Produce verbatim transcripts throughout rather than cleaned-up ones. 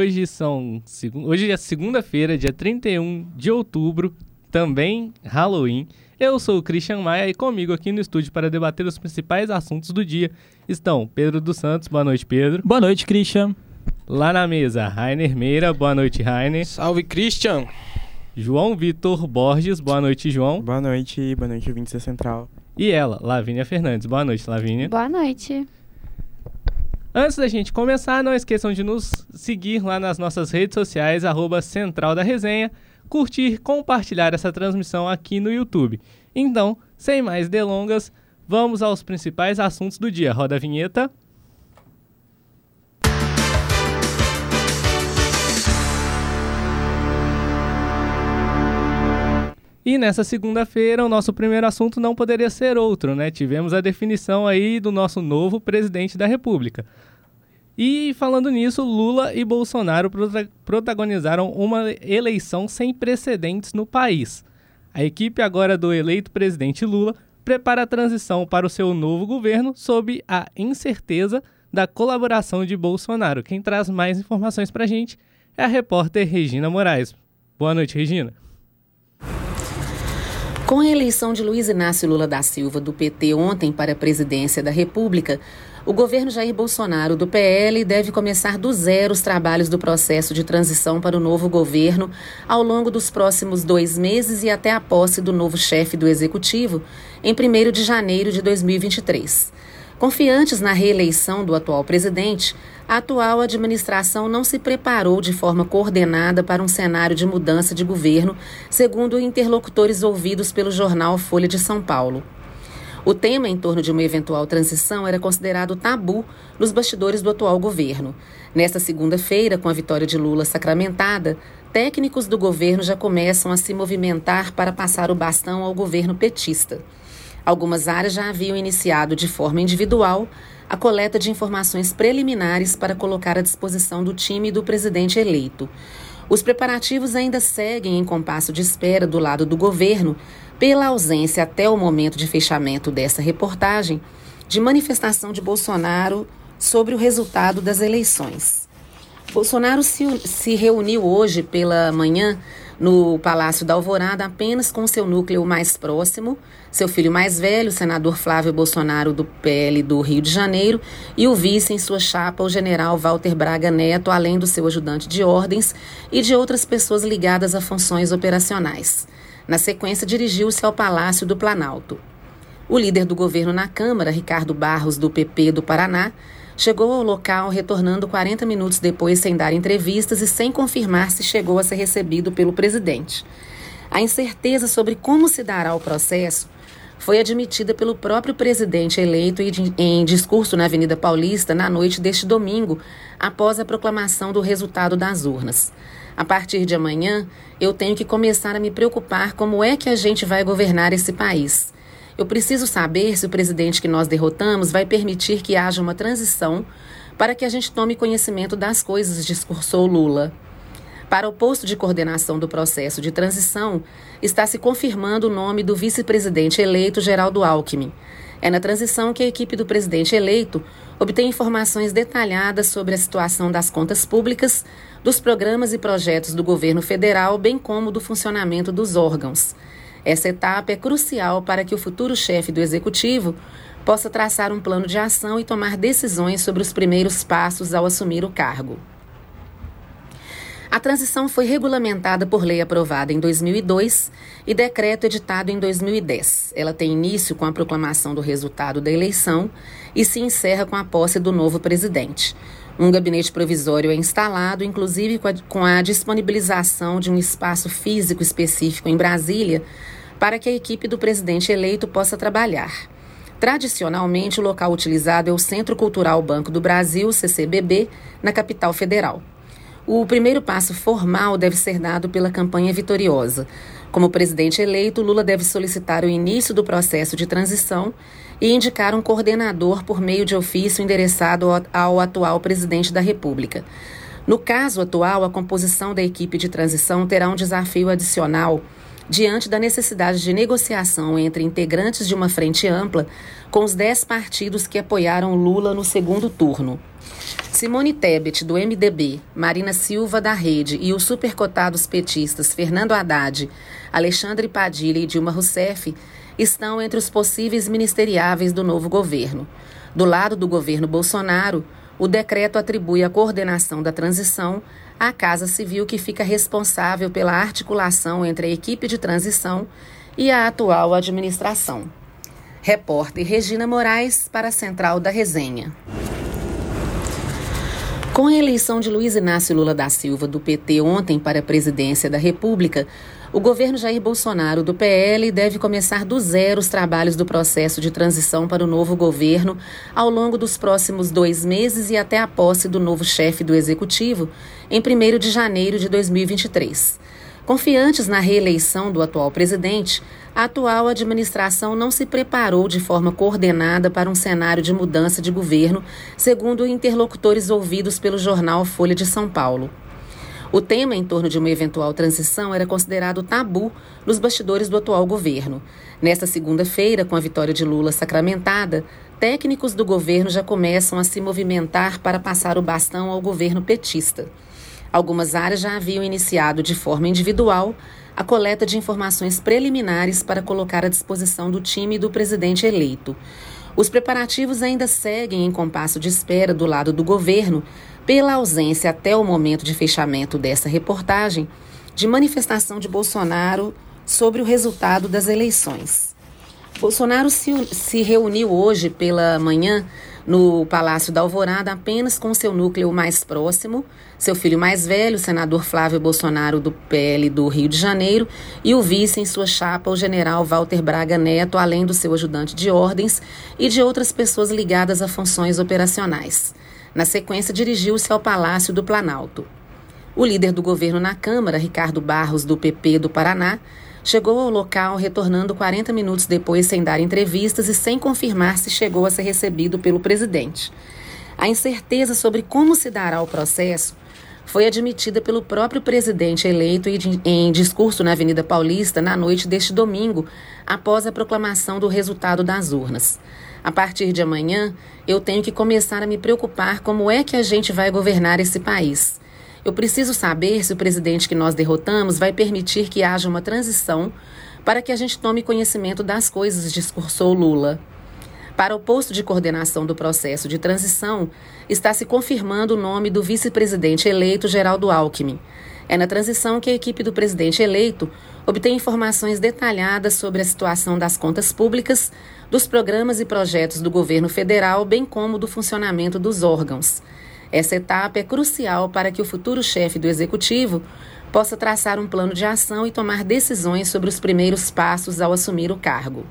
Hoje são hoje é segunda-feira, dia trinta e um de outubro, também Halloween. Eu sou o Christian Maia e comigo aqui no estúdio para debater os principais assuntos do dia estão Pedro dos Santos. Boa noite, Pedro. Boa noite, Christian. Lá na mesa, Rainer Meira. Boa noite, Rainer. Salve, Christian. João Vitor Borges. Boa noite, João. Boa noite, boa noite, ouvinte da Central. E ela, Lavínia Fernandes. Boa noite, Lavínia. Boa noite. Antes da gente começar, não esqueçam de nos seguir lá nas nossas redes sociais, arroba Central da Resenha, curtir, compartilhar essa transmissão aqui no YouTube. Então, sem mais delongas, vamos aos principais assuntos do dia. Roda a vinheta. E nessa segunda-feira, o nosso primeiro assunto não poderia ser outro, né? Tivemos a definição aí do nosso novo presidente da República. E falando nisso, Lula e Bolsonaro protagonizaram uma eleição sem precedentes no país. A equipe agora do eleito presidente Lula prepara a transição para o seu novo governo sob a incerteza da colaboração de Bolsonaro. Quem traz mais informações pra gente é a repórter Regina Moraes. Boa noite, Regina. Com a eleição de Luiz Inácio Lula da Silva, do P T, ontem para a presidência da República, o governo Jair Bolsonaro, do P L, deve começar do zero os trabalhos do processo de transição para o novo governo ao longo dos próximos dois meses e até a posse do novo chefe do Executivo, em primeiro de janeiro de dois mil e vinte e três. Confiantes na reeleição do atual presidente, a atual administração não se preparou de forma coordenada para um cenário de mudança de governo, segundo interlocutores ouvidos pelo jornal Folha de São Paulo. O tema em torno de uma eventual transição era considerado tabu nos bastidores do atual governo. Nesta segunda-feira, com a vitória de Lula sacramentada, técnicos do governo já começam a se movimentar para passar o bastão ao governo petista. Algumas áreas já haviam iniciado de forma individual a coleta de informações preliminares para colocar à disposição do time do presidente eleito. Os preparativos ainda seguem em compasso de espera do lado do governo, pela ausência até o momento de fechamento dessa reportagem, de manifestação de Bolsonaro sobre o resultado das eleições. Bolsonaro se, se reuniu hoje pela manhã no Palácio da Alvorada apenas com seu núcleo mais próximo, seu filho mais velho, o senador Flávio Bolsonaro, do P L do Rio de Janeiro, e o vice em sua chapa, o general Walter Braga Neto, além do seu ajudante de ordens e de outras pessoas ligadas a funções operacionais. Na sequência, dirigiu-se ao Palácio do Planalto. O líder do governo na Câmara, Ricardo Barros, do P P do Paraná, chegou ao local retornando quarenta minutos depois sem dar entrevistas e sem confirmar se chegou a ser recebido pelo presidente. A incerteza sobre como se dará o processo foi admitida pelo próprio presidente eleito em discurso na Avenida Paulista na noite deste domingo, após a proclamação do resultado das urnas. A partir de amanhã, eu tenho que começar a me preocupar como é que a gente vai governar esse país. Eu preciso saber se o presidente que nós derrotamos vai permitir que haja uma transição para que a gente tome conhecimento das coisas, discursou Lula. Para o posto de coordenação do processo de transição, está se confirmando o nome do vice-presidente eleito, Geraldo Alckmin. É na transição que a equipe do presidente eleito obtém informações detalhadas sobre a situação das contas públicas, dos programas e projetos do governo federal, bem como do funcionamento dos órgãos. Essa etapa é crucial para que o futuro chefe do Executivo possa traçar um plano de ação e tomar decisões sobre os primeiros passos ao assumir o cargo. A transição foi regulamentada por lei aprovada em dois mil e dois e decreto editado em dois mil e dez. Ela tem início com a proclamação do resultado da eleição e se encerra com a posse do novo presidente. Um gabinete provisório é instalado, inclusive com a, com a disponibilização de um espaço físico específico em Brasília, para que a equipe do presidente eleito possa trabalhar. Tradicionalmente, o local utilizado é o Centro Cultural Banco do Brasil, C C B B, na capital federal. O primeiro passo formal deve ser dado pela campanha vitoriosa. Como presidente eleito, Lula deve solicitar o início do processo de transição e indicar um coordenador por meio de ofício endereçado ao atual presidente da República. No caso atual, a composição da equipe de transição terá um desafio adicional diante da necessidade de negociação entre integrantes de uma frente ampla com os dez partidos que apoiaram Lula no segundo turno. Simone Tebet, do M D B, Marina Silva, da Rede, e os supercotados petistas Fernando Haddad, Alexandre Padilha e Dilma Rousseff estão entre os possíveis ministeriáveis do novo governo. Do lado do governo Bolsonaro, o decreto atribui a coordenação da transição à Casa Civil, que fica responsável pela articulação entre a equipe de transição e a atual administração. Repórter Regina Moraes para a Central da Resenha. Com a eleição de Luiz Inácio Lula da Silva, do P T, ontem para a presidência da República, o governo Jair Bolsonaro, do P L, deve começar do zero os trabalhos do processo de transição para o novo governo ao longo dos próximos dois meses e até a posse do novo chefe do Executivo, em primeiro de janeiro de dois mil e vinte e três. Confiantes na reeleição do atual presidente, a atual administração não se preparou de forma coordenada para um cenário de mudança de governo, segundo interlocutores ouvidos pelo jornal Folha de São Paulo. O tema em torno de uma eventual transição era considerado tabu nos bastidores do atual governo. Nesta segunda-feira, com a vitória de Lula sacramentada, técnicos do governo já começam a se movimentar para passar o bastão ao governo petista. Algumas áreas já haviam iniciado de forma individual a coleta de informações preliminares para colocar à disposição do time e do presidente eleito. Os preparativos ainda seguem em compasso de espera do lado do governo, pela ausência até o momento de fechamento dessa reportagem de manifestação de Bolsonaro sobre o resultado das eleições. Bolsonaro se, se reuniu hoje pela manhã no Palácio da Alvorada apenas com seu núcleo mais próximo, seu filho mais velho, o senador Flávio Bolsonaro, do P L do Rio de Janeiro, e o vice em sua chapa, o general Walter Braga Neto, além do seu ajudante de ordens e de outras pessoas ligadas a funções operacionais. Na sequência, dirigiu-se ao Palácio do Planalto. O líder do governo na Câmara, Ricardo Barros, do P P do Paraná, chegou ao local retornando quarenta minutos depois sem dar entrevistas e sem confirmar se chegou a ser recebido pelo presidente. A incerteza sobre como se dará o processo foi admitida pelo próprio presidente eleito em discurso na Avenida Paulista na noite deste domingo, após a proclamação do resultado das urnas. A partir de amanhã, eu tenho que começar a me preocupar como é que a gente vai governar esse país. Eu preciso saber se o presidente que nós derrotamos vai permitir que haja uma transição para que a gente tome conhecimento das coisas, discursou Lula. Para o posto de coordenação do processo de transição, está se confirmando o nome do vice-presidente eleito, Geraldo Alckmin. É na transição que a equipe do presidente eleito obtém informações detalhadas sobre a situação das contas públicas, dos programas e projetos do governo federal, bem como do funcionamento dos órgãos. Essa etapa é crucial para que o futuro chefe do Executivo possa traçar um plano de ação e tomar decisões sobre os primeiros passos ao assumir o cargo.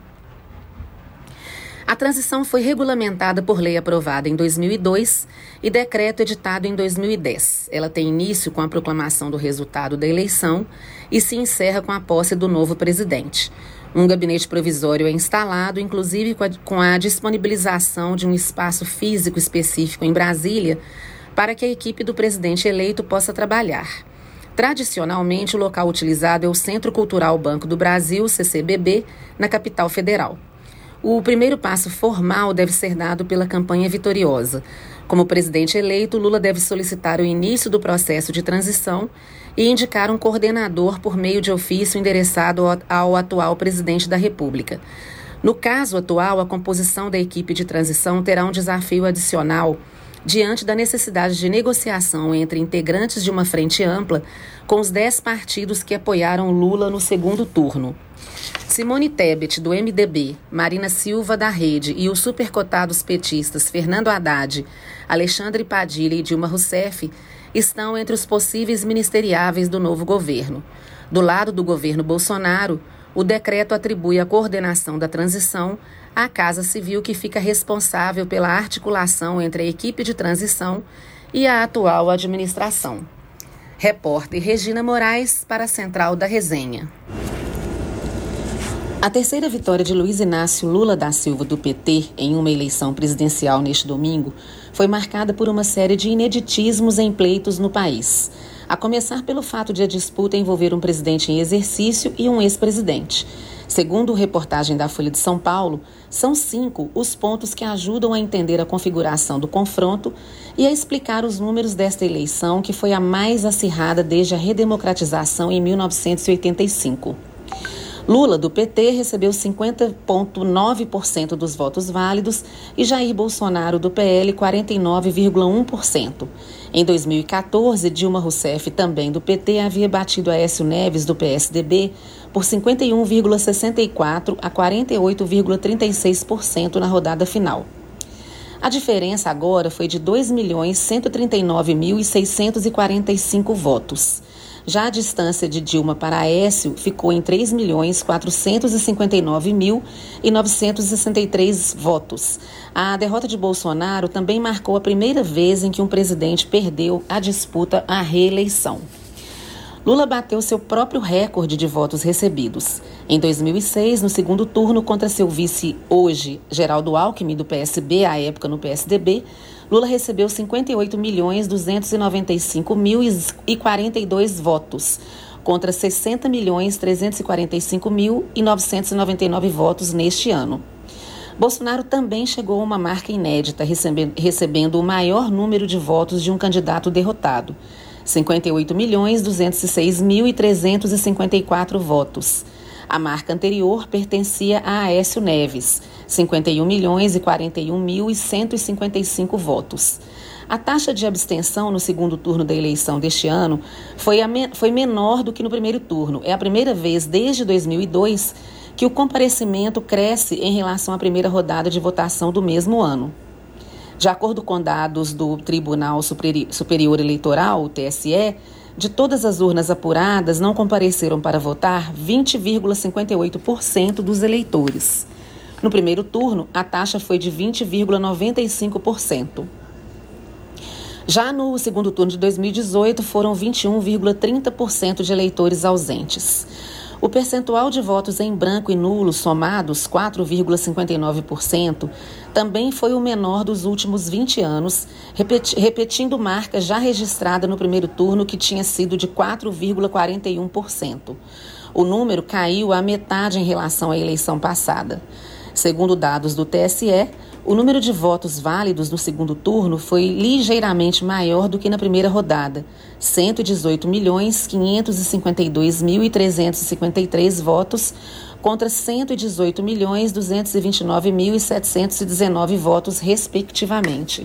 A transição foi regulamentada por lei aprovada em dois mil e dois e decreto editado em dois mil e dez. Ela tem início com a proclamação do resultado da eleição e se encerra com a posse do novo presidente. Um gabinete provisório é instalado, inclusive com a, com a disponibilização de um espaço físico específico em Brasília, para que a equipe do presidente eleito possa trabalhar. Tradicionalmente, o local utilizado é o Centro Cultural Banco do Brasil, C C B B, na capital federal. O primeiro passo formal deve ser dado pela campanha vitoriosa. Como presidente eleito, Lula deve solicitar o início do processo de transição e indicar um coordenador por meio de ofício endereçado ao atual presidente da República. No caso atual, a composição da equipe de transição terá um desafio adicional diante da necessidade de negociação entre integrantes de uma frente ampla com os dez partidos que apoiaram Lula no segundo turno. Simone Tebet, do M D B, Marina Silva, da Rede, e os supercotados petistas Fernando Haddad, Alexandre Padilha e Dilma Rousseff estão entre os possíveis ministeriáveis do novo governo. Do lado do governo Bolsonaro, o decreto atribui a coordenação da transição à Casa Civil, que fica responsável pela articulação entre a equipe de transição e a atual administração. Repórter Regina Moraes para a Central da Resenha. A terceira vitória de Luiz Inácio Lula da Silva, do P T, em uma eleição presidencial neste domingo, foi marcada por uma série de ineditismos em pleitos no país. A começar pelo fato de a disputa envolver um presidente em exercício e um ex-presidente. Segundo reportagem da Folha de São Paulo, são cinco os pontos que ajudam a entender a configuração do confronto e a explicar os números desta eleição, que foi a mais acirrada desde a redemocratização em mil novecentos e oitenta e cinco. Lula, do P T, recebeu cinquenta vírgula nove por cento dos votos válidos e Jair Bolsonaro, do P L, quarenta e nove vírgula um por cento. Em dois mil e quatorze, Dilma Rousseff, também do P T, havia batido Aécio Neves, do P S D B, por cinquenta e um vírgula sessenta e quatro por cento a quarenta e oito vírgula trinta e seis por cento na rodada final. A diferença agora foi de dois milhões cento e trinta e nove mil seiscentos e quarenta e cinco votos. Já a distância de Dilma para Aécio ficou em três milhões quatrocentos e cinquenta e nove mil novecentos e sessenta e três votos. A derrota de Bolsonaro também marcou a primeira vez em que um presidente perdeu a disputa à reeleição. Lula bateu seu próprio recorde de votos recebidos. Em dois mil e seis, no segundo turno, contra seu vice hoje, Geraldo Alckmin, do P S B, à época no P S D B, Lula recebeu cinquenta e oito milhões duzentos e noventa e cinco mil e quarenta e dois votos, contra sessenta milhões trezentos e quarenta e cinco mil novecentos e noventa e nove votos neste ano. Bolsonaro também chegou a uma marca inédita, recebendo o maior número de votos de um candidato derrotado, cinquenta e oito milhões duzentos e seis mil trezentos e cinquenta e quatro votos. A marca anterior pertencia a Aécio Neves, cinquenta e um milhões e quarenta e um mil cento e cinquenta e cinco votos. A taxa de abstenção no segundo turno da eleição deste ano foi, a me- foi menor do que no primeiro turno. É a primeira vez desde dois mil e dois que o comparecimento cresce em relação à primeira rodada de votação do mesmo ano. De acordo com dados do Tribunal Superior Eleitoral, o T S E, de todas as urnas apuradas, não compareceram para votar vinte vírgula cinquenta e oito por cento dos eleitores. No primeiro turno, a taxa foi de vinte vírgula noventa e cinco por cento. Já no segundo turno de dois mil e dezoito, foram vinte e um vírgula trinta por cento de eleitores ausentes. O percentual de votos em branco e nulo somados, quatro vírgula cinquenta e nove por cento, também foi o menor dos últimos vinte anos, repeti- repetindo marca já registrada no primeiro turno, que tinha sido de quatro vírgula quarenta e um por cento. O número caiu à metade em relação à eleição passada. Segundo dados do T S E, o número de votos válidos no segundo turno foi ligeiramente maior do que na primeira rodada, cento e dezoito milhões quinhentos e cinquenta e dois mil trezentos e cinquenta e três votos contra cento e dezoito milhões duzentos e vinte e nove mil setecentos e dezenove votos, respectivamente.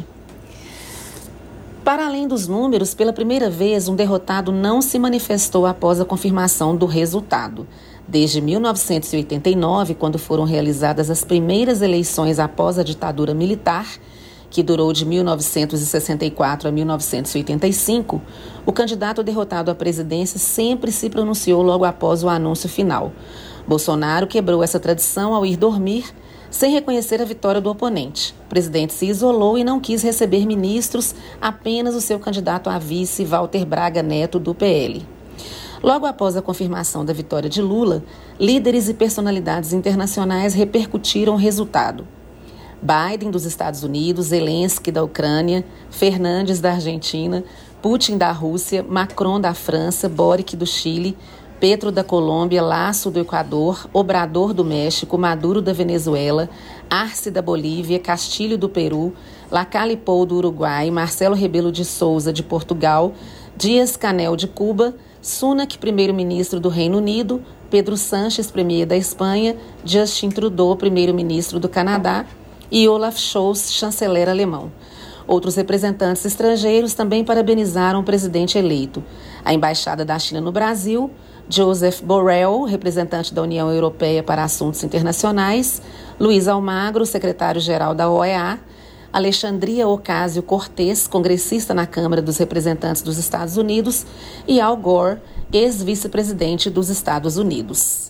Para além dos números, pela primeira vez, um derrotado não se manifestou após a confirmação do resultado. Desde mil novecentos e oitenta e nove, quando foram realizadas as primeiras eleições após a ditadura militar, que durou de mil novecentos e sessenta e quatro a mil novecentos e oitenta e cinco, o candidato derrotado à presidência sempre se pronunciou logo após o anúncio final. Bolsonaro quebrou essa tradição ao ir dormir, sem reconhecer a vitória do oponente. O presidente se isolou e não quis receber ministros, apenas o seu candidato a vice, Walter Braga Neto, do P L. Logo após a confirmação da vitória de Lula, líderes e personalidades internacionais repercutiram o resultado. Biden, dos Estados Unidos, Zelensky, da Ucrânia, Fernandes, da Argentina, Putin, da Rússia, Macron, da França, Boric, do Chile, Petro, da Colômbia, Lasso, do Equador, Obrador, do México, Maduro, da Venezuela, Arce, da Bolívia, Castilho, do Peru, Lacalle Pou, do Uruguai, Marcelo Rebelo de Sousa, de Portugal, Díaz-Canel, de Cuba, Sunak, primeiro-ministro do Reino Unido, Pedro Sánchez, premier da Espanha, Justin Trudeau, primeiro-ministro do Canadá, e Olaf Scholz, chanceler alemão. Outros representantes estrangeiros também parabenizaram o presidente eleito. A Embaixada da China no Brasil, Joseph Borrell, representante da União Europeia para Assuntos Internacionais, Luiz Almagro, secretário-geral da O E A, Alexandria Ocasio-Cortez, congressista na Câmara dos Representantes dos Estados Unidos, e Al Gore, ex-vice-presidente dos Estados Unidos.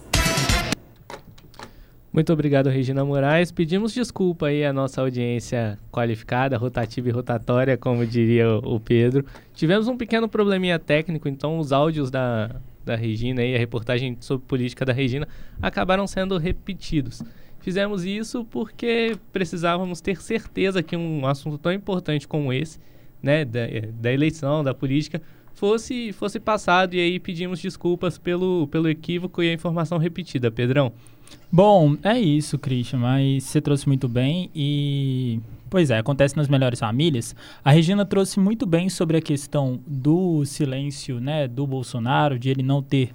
Muito obrigado, Regina Moraes. Pedimos desculpa aí à nossa audiência qualificada, rotativa e rotatória, como diria o Pedro. Tivemos um pequeno probleminha técnico, então os áudios da, da Regina e a reportagem sobre política da Regina acabaram sendo repetidos. Fizemos isso porque precisávamos ter certeza que um assunto tão importante como esse, né, da, da eleição, da política, fosse, fosse passado, e aí pedimos desculpas pelo, pelo equívoco e a informação repetida. Pedrão, Bom, é isso, Christian, mas você trouxe muito bem e... Pois é, acontece nas melhores famílias. A Regina trouxe muito bem sobre a questão do silêncio, né, do Bolsonaro, de ele não ter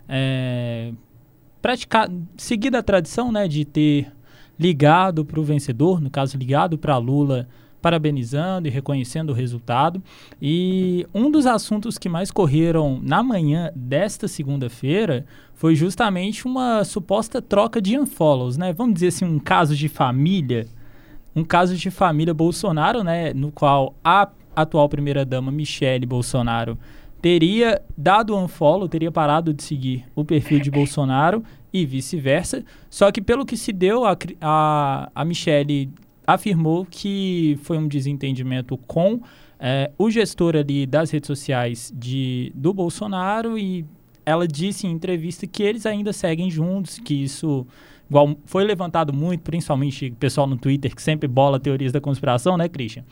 é, praticado, seguido a tradição, né, de ter ligado para o vencedor, no caso ligado para Lula, parabenizando e reconhecendo o resultado. E um dos assuntos que mais correram na manhã desta segunda-feira foi justamente uma suposta troca de unfollows, né? Vamos dizer assim, um caso de família, um caso de família Bolsonaro, né? No qual a atual primeira-dama Michele Bolsonaro teria dado unfollow, teria parado de seguir o perfil de Bolsonaro e vice-versa. Só que pelo que se deu, a, a, a Michele afirmou que foi um desentendimento com é, o gestor ali das redes sociais de, do Bolsonaro, e ela disse em entrevista que eles ainda seguem juntos, que isso igual, foi levantado muito, principalmente o pessoal no Twitter, que sempre bola teorias da conspiração, né, Christian?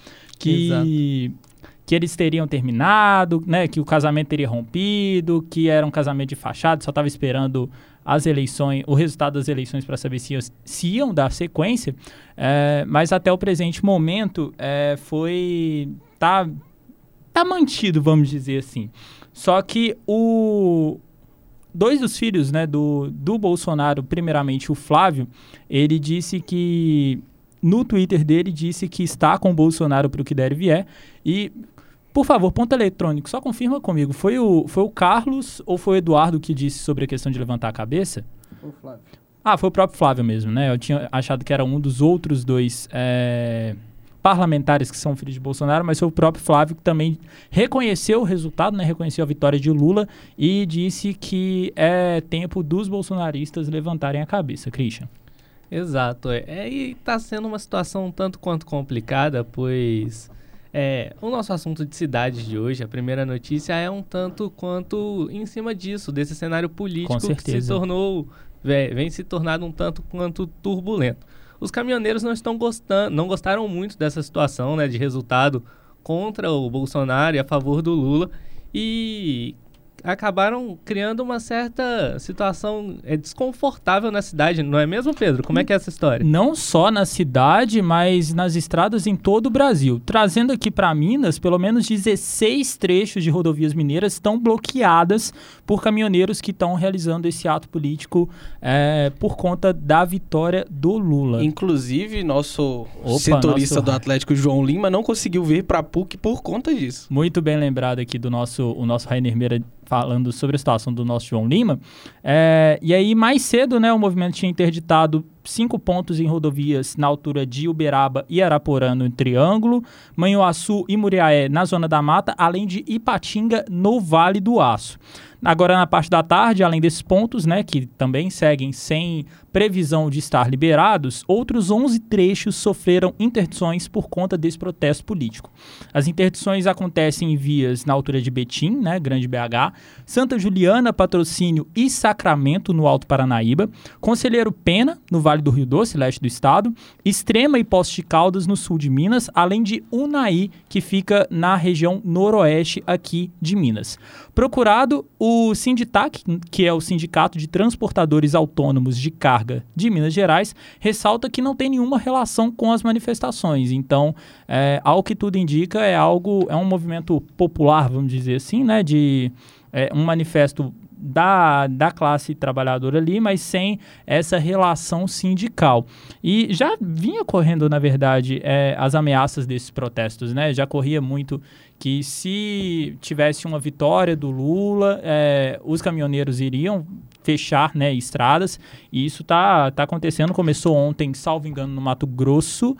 Que, que eles teriam terminado, né, que o casamento teria rompido, que era um casamento de fachada, só estava esperando as eleições, o resultado das eleições para saber se, se iam dar sequência, é, mas até o presente momento é, foi tá, tá mantido, vamos dizer assim. Só que o dois dos filhos, né, do, do Bolsonaro, primeiramente o Flávio, ele disse que no Twitter dele disse que está com o Bolsonaro para o que der e vier. E por favor, ponto eletrônico, só confirma comigo. Foi o, foi o Carlos ou foi o Eduardo que disse sobre a questão de levantar a cabeça? Foi o Flávio. Ah, foi o próprio Flávio mesmo, né? Eu tinha achado que era um dos outros dois é, parlamentares que são filhos de Bolsonaro, mas foi o próprio Flávio que também reconheceu o resultado, né? Reconheceu a vitória de Lula e disse que é tempo dos bolsonaristas levantarem a cabeça. Christian. Exato. É, e está sendo uma situação um tanto quanto complicada, pois... É, o nosso assunto de cidade de hoje, a primeira notícia, é um tanto quanto em cima disso, desse cenário político que se tornou, vem, vem se tornado um tanto quanto turbulento. Os caminhoneiros não estão gostando, não gostaram muito dessa situação, né, de resultado contra o Bolsonaro e a favor do Lula, e acabaram criando uma certa situação é, desconfortável na cidade, não é mesmo, Pedro? Como é que é essa história? Não só na cidade, mas nas estradas em todo o Brasil. Trazendo aqui para Minas, pelo menos dezesseis trechos de rodovias mineiras estão bloqueadas por caminhoneiros que estão realizando esse ato político é, por conta da vitória do Lula. Inclusive, nosso Opa, setorista nosso... do Atlético, João Lima, não conseguiu vir para a P U C por conta disso. Muito bem lembrado aqui do nosso, o nosso Rainer Meira falando sobre a situação do nosso João Lima. É, e aí, mais cedo, né, o movimento tinha interditado cinco pontos em rodovias na altura de Uberaba e Araporã, no Triângulo, Manhuaçu e Muriaé, na Zona da Mata, além de Ipatinga, no Vale do Aço. Agora, na parte da tarde, além desses pontos, né, que também seguem sem previsão de estar liberados, outros onze trechos sofreram interdições por conta desse protesto político. As interdições acontecem em vias na altura de Betim, né, Grande B H, Santa Juliana, Patrocínio e Sacramento, no Alto Paranaíba, Conselheiro Pena, no Vale do Rio Doce, leste do estado, Extrema e Poços de Caldas, no sul de Minas, além de Unai, que fica na região noroeste aqui de Minas. Procurado, o Sinditac, que é o Sindicato de Transportadores Autônomos de Carga de Minas Gerais, ressalta que não tem nenhuma relação com as manifestações. Então, é, ao que tudo indica, é algo, é um movimento popular, vamos dizer assim, né, de é, um manifesto Da, da classe trabalhadora ali, mas sem essa relação sindical. E já vinha correndo, na verdade, é, as ameaças desses protestos, né? Já corria muito que se tivesse uma vitória do Lula, é, os caminhoneiros iriam fechar, né, estradas, e isso tá, tá acontecendo. Começou ontem, salvo engano, no Mato Grosso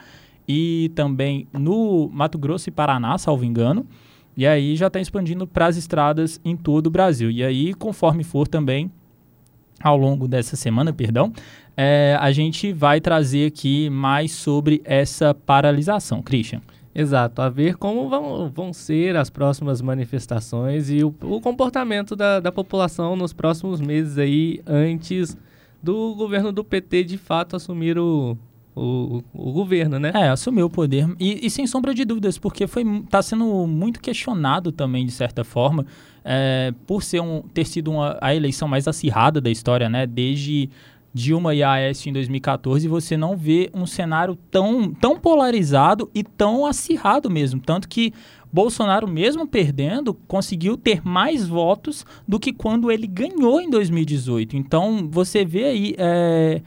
e também no Mato Grosso e Paraná, salvo engano. E aí já está expandindo para as estradas em todo o Brasil. E aí, conforme for também, ao longo dessa semana, perdão, é, a gente vai trazer aqui mais sobre essa paralisação. Christian. Exato, a ver como vão, vão ser as próximas manifestações e o, o comportamento da, da população nos próximos meses aí, antes do governo do P T de fato assumir o... O, o governo, né? É, assumiu o poder. E, e sem sombra de dúvidas, porque está sendo muito questionado também, de certa forma, é, por ser um, ter sido uma, a eleição mais acirrada da história, né? Desde Dilma e Aécio em dois mil e catorze, você não vê um cenário tão, tão polarizado e tão acirrado mesmo. Tanto que Bolsonaro, mesmo perdendo, conseguiu ter mais votos do que quando ele ganhou em dois mil e dezoito. Então, você vê aí é,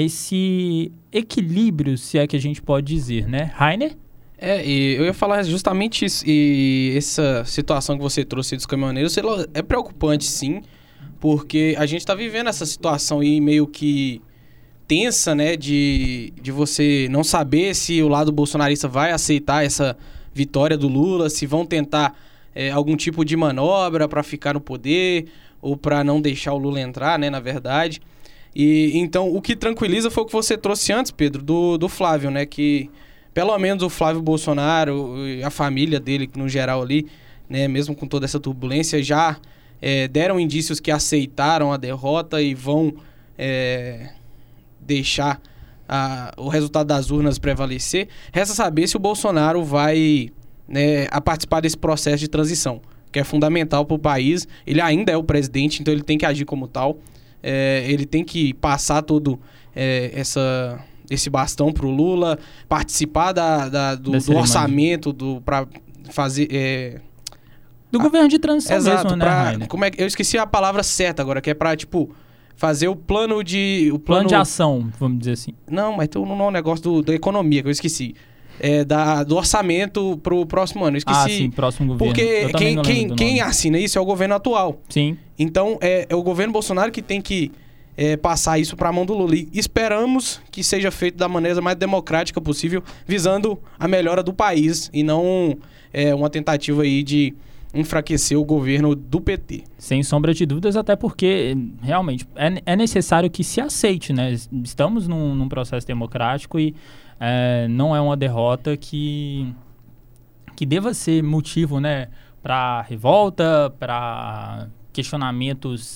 esse equilíbrio, se é que a gente pode dizer, né? Rainer? É, e eu ia falar justamente isso. E essa situação que você trouxe dos caminhoneiros ela é preocupante, sim, porque a gente está vivendo essa situação aí meio que tensa, né, de, de você não saber se o lado bolsonarista vai aceitar essa vitória do Lula, se vão tentar é, algum tipo de manobra para ficar no poder ou para não deixar o Lula entrar, né, na verdade. E então, o que tranquiliza foi o que você trouxe antes, Pedro, do, do Flávio, né, que pelo menos o Flávio Bolsonaro e a família dele, no geral ali, né, mesmo com toda essa turbulência, já é, deram indícios que aceitaram a derrota e vão é, deixar a, o resultado das urnas prevalecer. Resta saber se o Bolsonaro vai, né, a participar desse processo de transição, que é fundamental para o país. Ele ainda é o presidente, então ele tem que agir como tal. É, ele tem que passar todo é, essa... esse bastão pro Lula, participar da, da, do, do orçamento do, pra fazer... É, do a, governo de transição exato, mesmo, né, pra, como é, eu esqueci a palavra certa agora, que é pra, tipo, fazer o plano de... O plano, plano de ação, vamos dizer assim. Não, mas não é um negócio do, da economia, que eu esqueci. É da, do orçamento pro próximo ano, eu esqueci. Ah, sim, próximo governo. Porque quem, quem, quem assina isso é o governo atual. Sim. Então, é, é o governo Bolsonaro que tem que... É, passar isso para a mão do Lula. E esperamos que seja feito da maneira mais democrática possível, visando a melhora do país e não é, uma tentativa aí de enfraquecer o governo do P T. Sem sombra de dúvidas, até porque realmente é, é necessário que se aceite, né? Estamos num, num processo democrático e é, não é uma derrota que, que deva ser motivo, né, para revolta, para questionamentos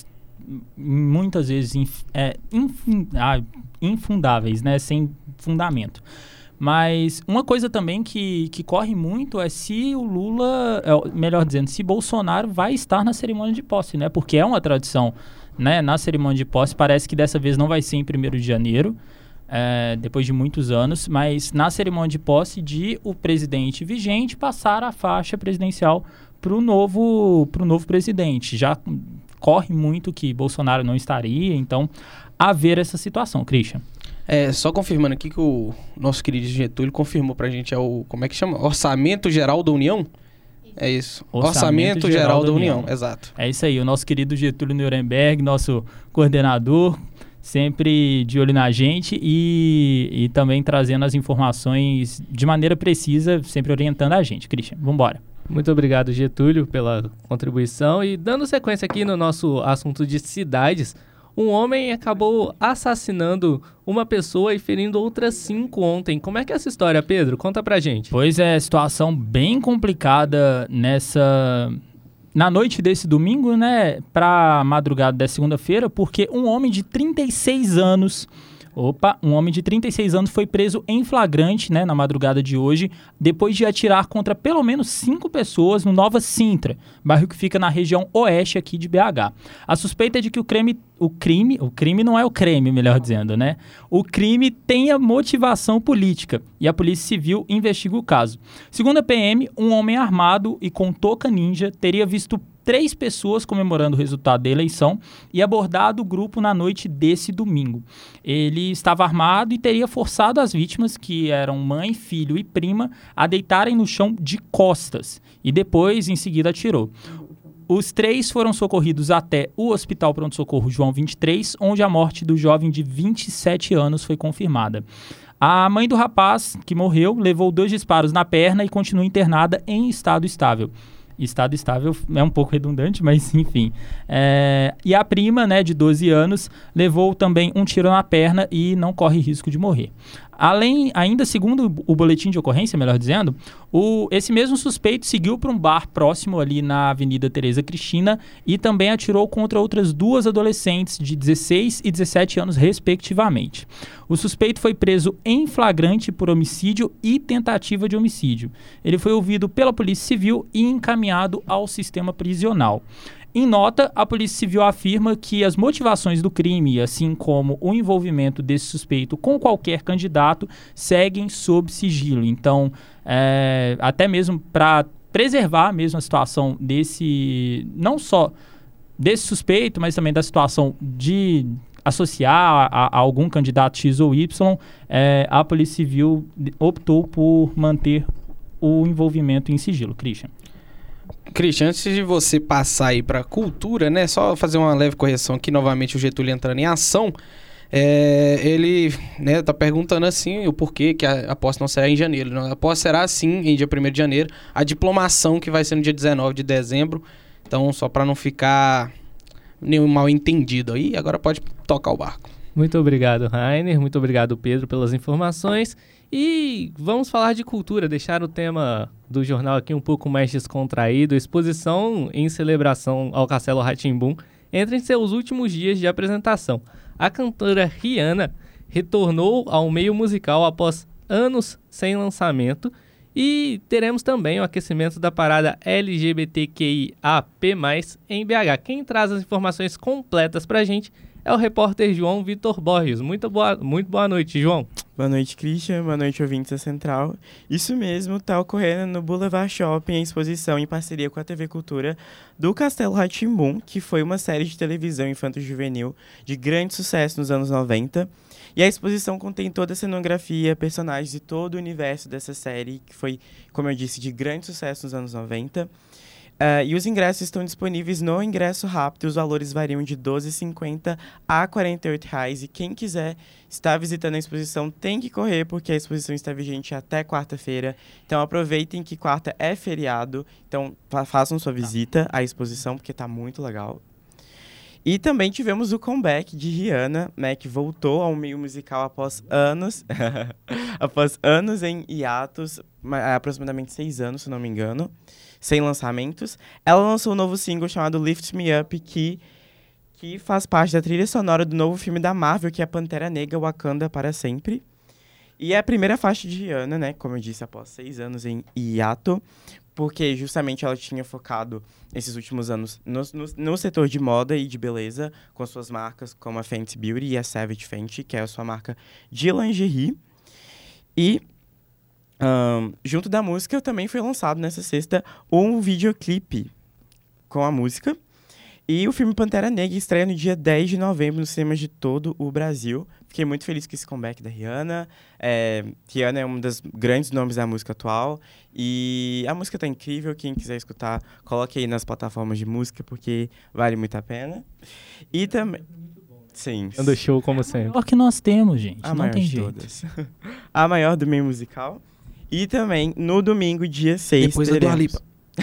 muitas vezes inf, é, infin, ah, infundáveis, né? Sem fundamento. Mas uma coisa também que, que corre muito é se o Lula, é, melhor dizendo, se Bolsonaro vai estar na cerimônia de posse, né? Porque é uma tradição, né? Na cerimônia de posse, parece que dessa vez não vai ser em primeiro de janeiro, é, depois de muitos anos, mas na cerimônia de posse de o presidente vigente passar a faixa presidencial para o novo, pro novo presidente. Já corre muito que Bolsonaro não estaria, então haver essa situação, Christian. É, só confirmando aqui que o nosso querido Getúlio confirmou pra gente, é o, como é que chama? Orçamento Geral da União? É isso. Orçamento, Orçamento Geral, Geral da, da União. União, exato. É isso aí, o nosso querido Getúlio Nuremberg, nosso coordenador, sempre de olho na gente e, e também trazendo as informações de maneira precisa, sempre orientando a gente. Christian, vamos embora. Muito obrigado, Getúlio, pela contribuição. E dando sequência aqui no nosso assunto de cidades, um homem acabou assassinando uma pessoa e ferindo outras cinco ontem. Como é que é essa história, Pedro? Conta pra gente. Pois é, situação bem complicada nessa... na noite desse domingo, né, pra madrugada da segunda-feira, porque um homem de trinta e seis anos... Opa, um homem de trinta e seis anos foi preso em flagrante, né, na madrugada de hoje, depois de atirar contra pelo menos cinco pessoas no Nova Sintra, bairro que fica na região oeste aqui de B H. A suspeita é de que o crime, o crime, o crime não é o crime, melhor dizendo, né? O crime tenha motivação política e a Polícia Civil investiga o caso. Segundo a P M, um homem armado e com touca ninja teria visto três pessoas comemorando o resultado da eleição e abordado o grupo na noite desse domingo. Ele estava armado e teria forçado as vítimas, que eram mãe, filho e prima, a deitarem no chão de costas e depois, em seguida, atirou. Os três foram socorridos até o Hospital Pronto-Socorro João vinte e três, onde a morte do jovem de vinte e sete anos foi confirmada. A mãe do rapaz, que morreu, levou dois disparos na perna e continua internada em estado estável. Estado estável é um pouco redundante, mas enfim. É, e a prima, né, de doze anos, levou também um tiro na perna e não corre risco de morrer. Além, ainda segundo o boletim de ocorrência, melhor dizendo, o, esse mesmo suspeito seguiu para um bar próximo ali na Avenida Tereza Cristina e também atirou contra outras duas adolescentes de dezesseis e dezessete anos, respectivamente. O suspeito foi preso em flagrante por homicídio e tentativa de homicídio. Ele foi ouvido pela Polícia Civil e encaminhado ao sistema prisional. Em nota, a Polícia Civil afirma que as motivações do crime, assim como o envolvimento desse suspeito com qualquer candidato, seguem sob sigilo. Então, é, até mesmo para preservar mesmo a situação desse, não só desse suspeito, mas também da situação de associar a, a algum candidato X ou Y, é, a Polícia Civil optou por manter o envolvimento em sigilo. Christian. Christian, antes de você passar aí para cultura, né, só fazer uma leve correção aqui, novamente o Getúlio entrando em ação, é, ele, né, tá perguntando assim o porquê que a, a posse não será em janeiro. A posse será sim em dia primeiro de janeiro, a diplomação que vai ser no dia dezenove de dezembro, então só para não ficar nenhum mal entendido aí, agora pode tocar o barco. Muito obrigado, Rainer, muito obrigado, Pedro, pelas informações. E vamos falar de cultura, deixar o tema do jornal aqui um pouco mais descontraído. Exposição em celebração ao Castelo Rá-Tim-Bum entra em seus últimos dias de apresentação. A cantora Rihanna retornou ao meio musical após anos sem lançamento e teremos também o aquecimento da parada L G B T Q I A P mais, em B H. Quem traz as informações completas pra gente é o repórter João Vitor Borges. Muito boa, muito boa noite, João. Boa noite, Christian. Boa noite, ouvintes da Central. Isso mesmo, está ocorrendo no Boulevard Shopping a exposição em parceria com a T V Cultura do Castelo Rá-Tim-Bum, que foi uma série de televisão infanto-juvenil de grande sucesso nos anos noventa. E a exposição contém toda a cenografia, personagens e todo o universo dessa série, que foi, como eu disse, de grande sucesso nos anos noventa. Uh, e os ingressos estão disponíveis no Ingresso Rápido. Os valores variam de doze reais e cinquenta centavos a quarenta e oito reais. E quem quiser estar visitando a exposição tem que correr, porque a exposição está vigente até quarta-feira. Então aproveitem que quarta é feriado. Então fa- façam sua visita à exposição, porque está muito legal. E também tivemos o comeback de Rihanna, né, que voltou ao meio musical após anos, após anos em hiatos, aproximadamente seis anos, se não me engano, sem lançamentos. Ela lançou um novo single chamado Lift Me Up, que, que faz parte da trilha sonora do novo filme da Marvel, que é Pantera Negra, Wakanda para Sempre. E é a primeira faixa de Rihanna, né, como eu disse, após seis anos em hiato, porque justamente ela tinha focado esses últimos anos no, no, no setor de moda e de beleza, com suas marcas como a Fenty Beauty e a Savage Fenty, que é a sua marca de lingerie. E um, junto da música também foi lançado nessa sexta um videoclipe com a música. E o filme Pantera Negra estreia no dia dez de novembro nos cinemas de todo o Brasil. Fiquei muito feliz com esse comeback da Rihanna. É, Rihanna é um dos grandes nomes da música atual. E a música tá incrível. Quem quiser escutar, coloque aí nas plataformas de música, porque vale muito a pena. E também... Sim. Dando show como sempre. É o que nós temos, gente. A Não maior tem de jeito. todas. A maior do meio musical. E também, no domingo, dia seis... Depois da Dua Lipa.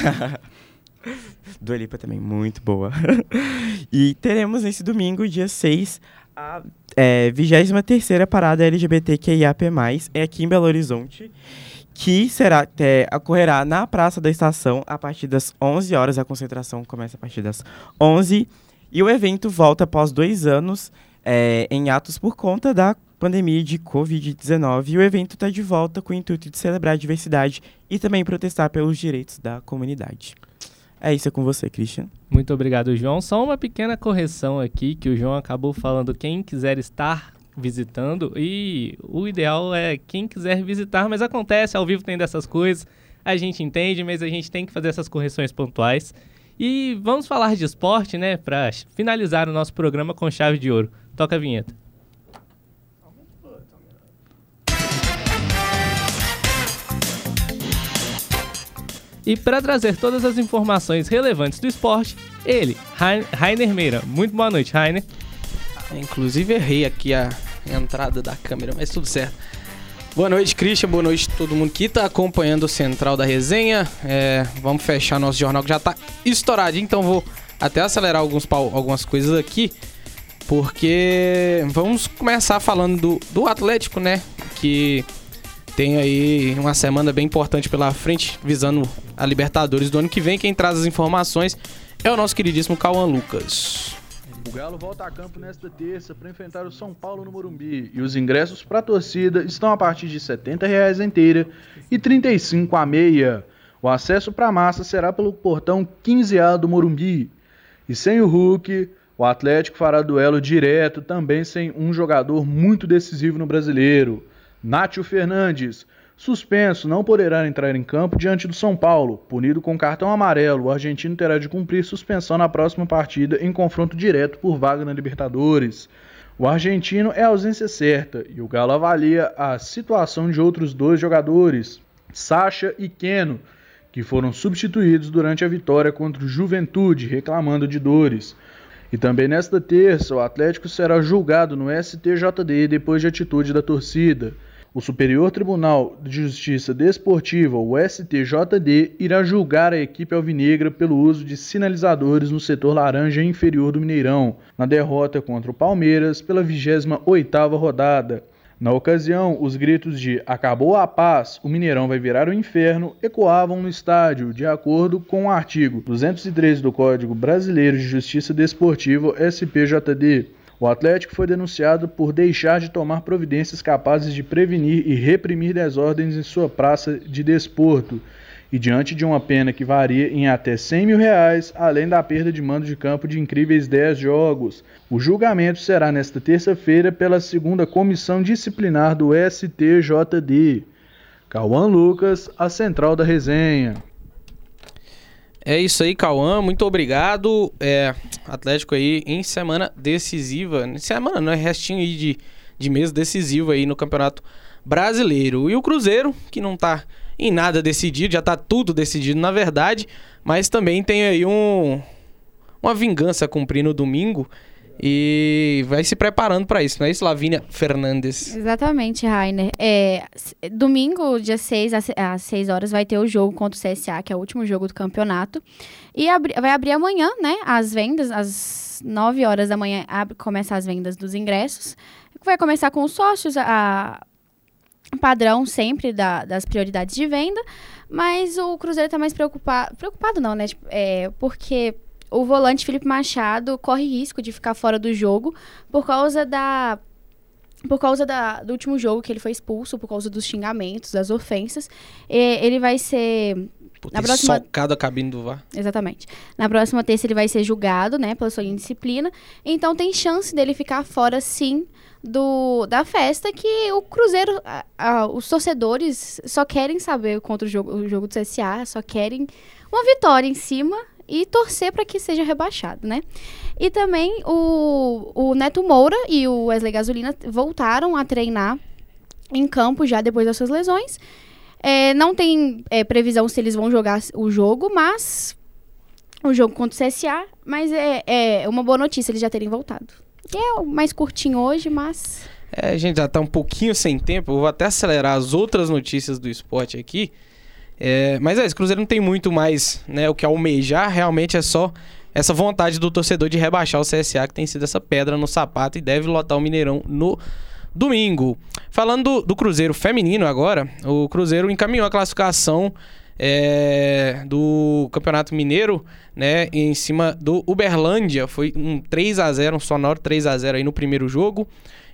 Dua Lipa também, muito boa. E teremos nesse domingo, dia seis, a é, vigésima terceira parada L G B T Q I A P mais, é aqui em Belo Horizonte, que será, é, ocorrerá na Praça da Estação a partir das onze horas. A concentração começa a partir das onze. E o evento volta após dois anos é, em atos por conta da pandemia de covid dezenove. E o evento está de volta com o intuito de celebrar a diversidade e também protestar pelos direitos da comunidade. É isso, é com você, Christian. Muito obrigado, João. Só uma pequena correção aqui, que o João acabou falando quem quiser estar visitando, e o ideal é quem quiser visitar, mas acontece, ao vivo tem dessas coisas, a gente entende, mas a gente tem que fazer essas correções pontuais. E vamos falar de esporte, né, para finalizar o nosso programa com chave de ouro. Toca a vinheta. E para trazer todas as informações relevantes do esporte, ele, Rainer Meira. Muito boa noite, Rainer. Inclusive errei aqui a entrada da câmera, mas tudo certo. Boa noite, Christian. Boa noite a todo mundo que está acompanhando o Central da Resenha. É, vamos fechar nosso jornal que já está estourado, então vou até acelerar alguns, algumas coisas aqui, porque vamos começar falando do, do Atlético, né? Que tem aí uma semana bem importante pela frente, visando a Libertadores do ano que vem. Quem traz as informações é o nosso queridíssimo Cauã Lucas. O Galo volta a campo nesta terça para enfrentar o São Paulo no Morumbi. E os ingressos para a torcida estão a partir de setenta reais a inteira e trinta e cinco reais a meia. O acesso para a massa será pelo portão quinze A do Morumbi. E sem o Hulk, o Atlético fará duelo direto também sem um jogador muito decisivo no Brasileiro. Nátio Fernandes, suspenso, não poderá entrar em campo diante do São Paulo. Punido com cartão amarelo, o argentino terá de cumprir suspensão na próxima partida em confronto direto por vaga na Libertadores. O argentino é a ausência certa e o Galo avalia a situação de outros dois jogadores, Sacha e Keno, que foram substituídos durante a vitória contra o Juventude, reclamando de dores. E também nesta terça, o Atlético será julgado no S T J D depois de atitude da torcida. O Superior Tribunal de Justiça Desportiva, o S T J D, irá julgar a equipe alvinegra pelo uso de sinalizadores no setor laranja inferior do Mineirão, na derrota contra o Palmeiras pela vigésima oitava rodada. Na ocasião, os gritos de "Acabou a paz, o Mineirão vai virar o inferno" ecoavam no estádio, de acordo com o artigo duzentos e treze do Código Brasileiro de Justiça Desportiva, S P J D. O Atlético foi denunciado por deixar de tomar providências capazes de prevenir e reprimir desordens em sua praça de desporto, e diante de uma pena que varia em até cem mil reais, além da perda de mando de campo de incríveis dez jogos. O julgamento será nesta terça-feira pela segunda Comissão Disciplinar do S T J D. Cauã Lucas, a central da resenha. É isso aí, Cauã, muito obrigado. É, Atlético aí em semana decisiva, semana não é restinho aí de, de mês decisivo aí no Campeonato Brasileiro. E o Cruzeiro, que não tá em nada decidido, já tá tudo decidido na verdade, mas também tem aí um, uma vingança a cumprir no domingo e vai se preparando para isso, não é isso, Lavínia Fernandes? Exatamente, Rainer. É, domingo, dia seis, às seis horas, vai ter o jogo contra o C S A, que é o último jogo do campeonato. E abri, vai abrir amanhã, né, as vendas, às nove horas da manhã, abre, começa as vendas dos ingressos. Vai começar com os sócios, a padrão sempre da, das prioridades de venda, mas o Cruzeiro está mais preocupado, preocupado não, né, tipo, é, porque o volante Felipe Machado corre risco de ficar fora do jogo por causa da por causa da, do último jogo que ele foi expulso, por causa dos xingamentos, das ofensas. E ele vai ser Por ter na próxima... socado a cabine do V A R. Exatamente. Na próxima terça ele vai ser julgado, né, pela sua indisciplina. Então tem chance dele ficar fora, sim, do, da festa, que o Cruzeiro, a, a, os torcedores só querem saber contra o jogo, o jogo do C S A, só querem uma vitória em cima e torcer para que seja rebaixado, né? E também o, o Neto Moura e o Wesley Gasolina voltaram a treinar em campo já depois das suas lesões. É, não tem é, previsão se eles vão jogar o jogo, mas o jogo contra o C S A, mas é, é uma boa notícia eles já terem voltado. E é o mais curtinho hoje, mas... É, a gente já tá um pouquinho sem tempo, eu vou até acelerar as outras notícias do esporte aqui. É, mas é, esse Cruzeiro não tem muito mais, né, o que almejar, realmente é só essa vontade do torcedor de rebaixar o C S A, que tem sido essa pedra no sapato e deve lotar o Mineirão no domingo. Falando do, do Cruzeiro feminino agora, o Cruzeiro encaminhou a classificação é, do Campeonato Mineiro, né, em cima do Uberlândia. Foi um três a zero, um sonoro três a zero aí no primeiro jogo.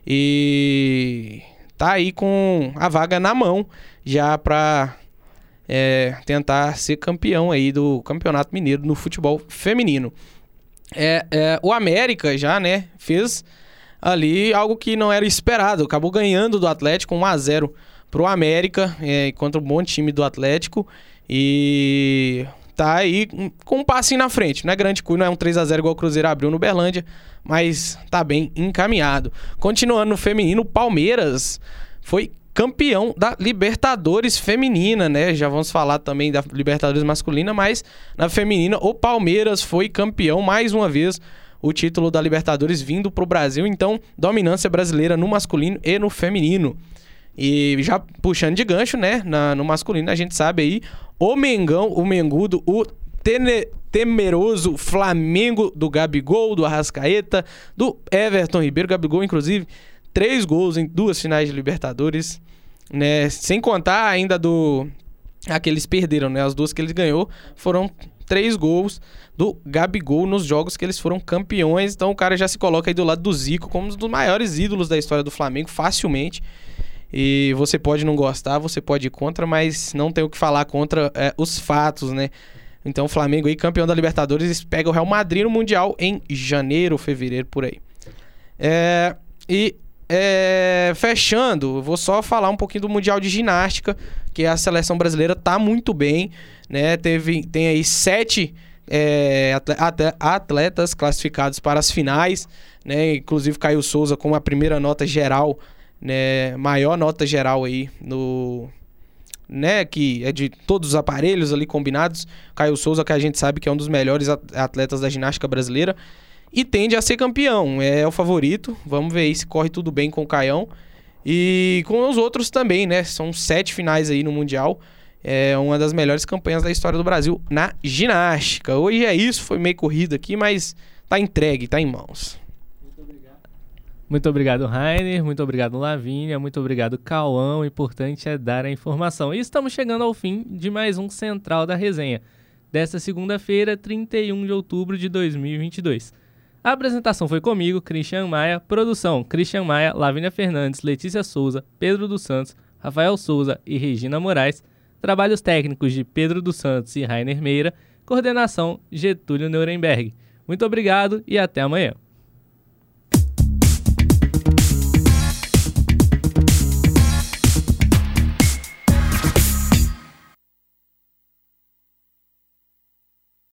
E tá aí com a vaga na mão já para é, tentar ser campeão aí do Campeonato Mineiro no futebol feminino. É, é, o América já, né, fez ali algo que não era esperado. Acabou ganhando do Atlético um a zero pro América, é, contra um bom time do Atlético. E tá aí com um passinho na frente. Não é grande coisa, não é um três a zero igual o Cruzeiro abriu no Uberlândia, mas tá bem encaminhado. Continuando no feminino, o Palmeiras foi campeão da Libertadores feminina, né? Já vamos falar também da Libertadores masculina, mas na feminina o Palmeiras foi campeão mais uma vez. O título da Libertadores vindo pro Brasil, então dominância brasileira no masculino e no feminino. E já puxando de gancho, né, na, no masculino, a gente sabe aí, o Mengão, o Mengudo, o tene, temeroso Flamengo do Gabigol, do Arrascaeta, do Everton Ribeiro. Gabigol, inclusive, três gols em duas finais de Libertadores, né, sem contar ainda do... Aqueles perderam, né, as duas que eles ganhou foram três gols do Gabigol nos jogos que eles foram campeões. Então o cara já se coloca aí do lado do Zico como um dos maiores ídolos da história do Flamengo, facilmente. E você pode não gostar, você pode ir contra, mas não tem o que falar contra é, os fatos, né? Então o Flamengo aí, campeão da Libertadores, pega o Real Madrid no Mundial em janeiro, fevereiro, por aí. É, e é, fechando, vou só falar um pouquinho do Mundial de Ginástica, que a seleção brasileira tá muito bem, né? Teve, tem aí sete é, atletas classificados para as finais, né? Inclusive Caio Souza com a primeira nota geral, né? Maior nota geral aí no... né, que é de todos os aparelhos ali combinados. Caio Souza, que a gente sabe que é um dos melhores atletas da ginástica brasileira e tende a ser campeão, é o favorito. Vamos ver aí se corre tudo bem com o Caião e com os outros também, né? São sete finais aí no Mundial. É uma das melhores campanhas da história do Brasil na ginástica. Hoje é isso, foi meio corrido aqui, mas tá entregue, tá em mãos. Muito obrigado, Rainer. Muito obrigado, Lavínia. Muito obrigado, Cauã. O importante é dar a informação. E estamos chegando ao fim de mais um Central da Resenha, desta segunda-feira, trinta e um de outubro de dois mil e vinte e dois. A apresentação foi comigo, Christian Maia. Produção, Christian Maia, Lavínia Fernandes, Letícia Souza, Pedro dos Santos, Rafael Souza e Regina Moraes. Trabalhos técnicos de Pedro dos Santos e Rainer Meira. Coordenação, Getúlio Nuremberg. Muito obrigado e até amanhã.